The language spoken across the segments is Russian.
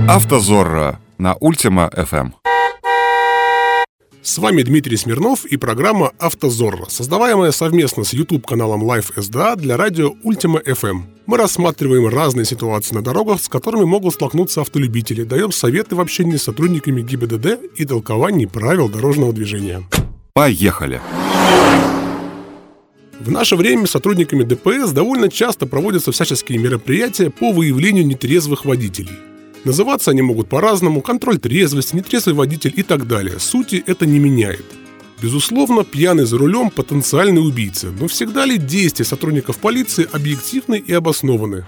Автозорро на Ультима FM. С вами Дмитрий Смирнов и программа «Автозорро», создаваемая совместно с YouTube-каналом Live SDA для радио Ультима FM. Мы рассматриваем разные ситуации на дорогах, с которыми могут столкнуться автолюбители, даем советы в общении с сотрудниками ГИБДД и толковании правил дорожного движения. Поехали! В наше время сотрудниками ДПС довольно часто проводятся всяческие мероприятия по выявлению нетрезвых водителей. Называться они могут по-разному: контроль трезвости, нетрезвый водитель и так далее. Сути это не меняет. Безусловно, пьяный за рулем – потенциальный убийца, но всегда ли действия сотрудников полиции объективны и обоснованы?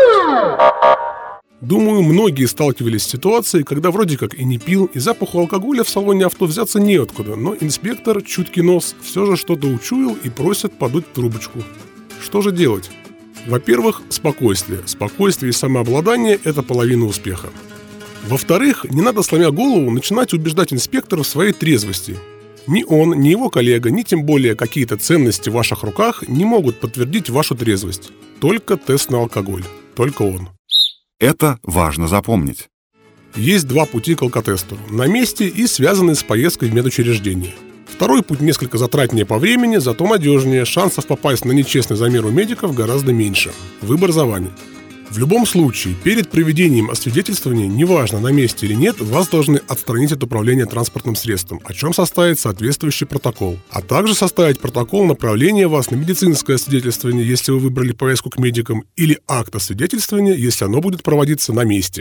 Думаю, многие сталкивались с ситуацией, когда вроде как и не пил, и запаху алкоголя в салоне авто взяться неоткуда, но инспектор, чуткий нос, все же что-то учуял и просит подуть в трубочку. Что же делать? Во-первых, спокойствие. Спокойствие и самообладание – это половина успеха. Во-вторых, не надо, сломя голову, начинать убеждать инспектора в своей трезвости. Ни он, ни его коллега, ни тем более какие-то ценности в ваших руках не могут подтвердить вашу трезвость. Только тест на алкоголь. Только он. Это важно запомнить. Есть два пути к алкотестеру – на месте и связанные с поездкой в медучреждение. Второй путь несколько затратнее по времени, зато надежнее, шансов попасть на нечестный замер у медиков гораздо меньше. Выбор за вами. В любом случае, перед проведением освидетельствования, неважно на месте или нет, вас должны отстранить от управления транспортным средством, о чем составить соответствующий протокол, а также составить протокол направления вас на медицинское освидетельствование, если вы выбрали поездку к медикам, или акт освидетельствования, если оно будет проводиться на месте.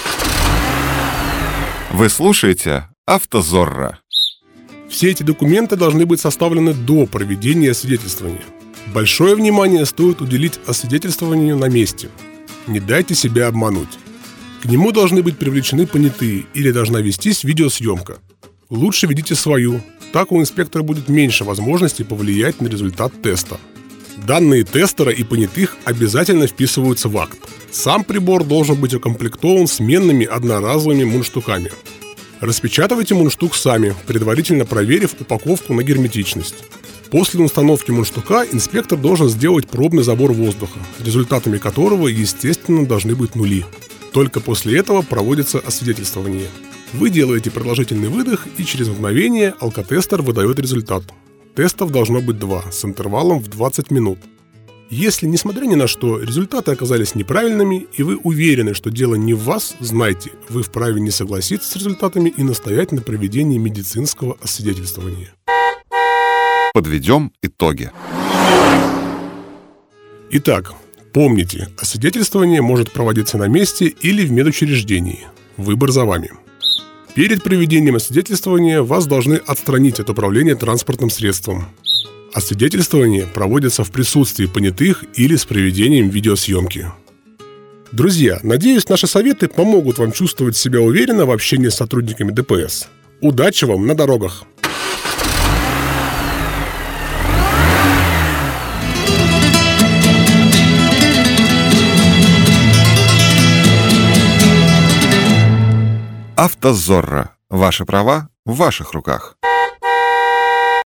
Вы слушаете «Автозорро». Все эти документы должны быть составлены до проведения освидетельствования. Большое внимание стоит уделить освидетельствованию на месте. Не дайте себя обмануть. К нему должны быть привлечены понятые или должна вестись видеосъемка. Лучше ведите свою, так у инспектора будет меньше возможностей повлиять на результат теста. Данные тестера и понятых обязательно вписываются в акт. Сам прибор должен быть укомплектован сменными одноразовыми мундштуками. Распечатывайте мундштук сами, предварительно проверив упаковку на герметичность. После установки мундштука инспектор должен сделать пробный забор воздуха, результатами которого, естественно, должны быть нули. Только после этого проводится освидетельствование. Вы делаете продолжительный выдох, и через мгновение алкотестер выдает результат. Тестов должно быть 2, с интервалом в 20 минут. Если, несмотря ни на что, результаты оказались неправильными, и вы уверены, что дело не в вас, знайте, вы вправе не согласиться с результатами и настоять на проведении медицинского освидетельствования. Подведем итоги. Итак, помните, освидетельствование может проводиться на месте или в медучреждении. Выбор за вами. Перед проведением освидетельствования вас должны отстранить от управления транспортным средством. Освидетельствование проводится в присутствии понятых или с проведением видеосъемки. Друзья, надеюсь, наши советы помогут вам чувствовать себя уверенно в общении с сотрудниками ДПС. Удачи вам на дорогах! Автозорро. Ваши права в ваших руках.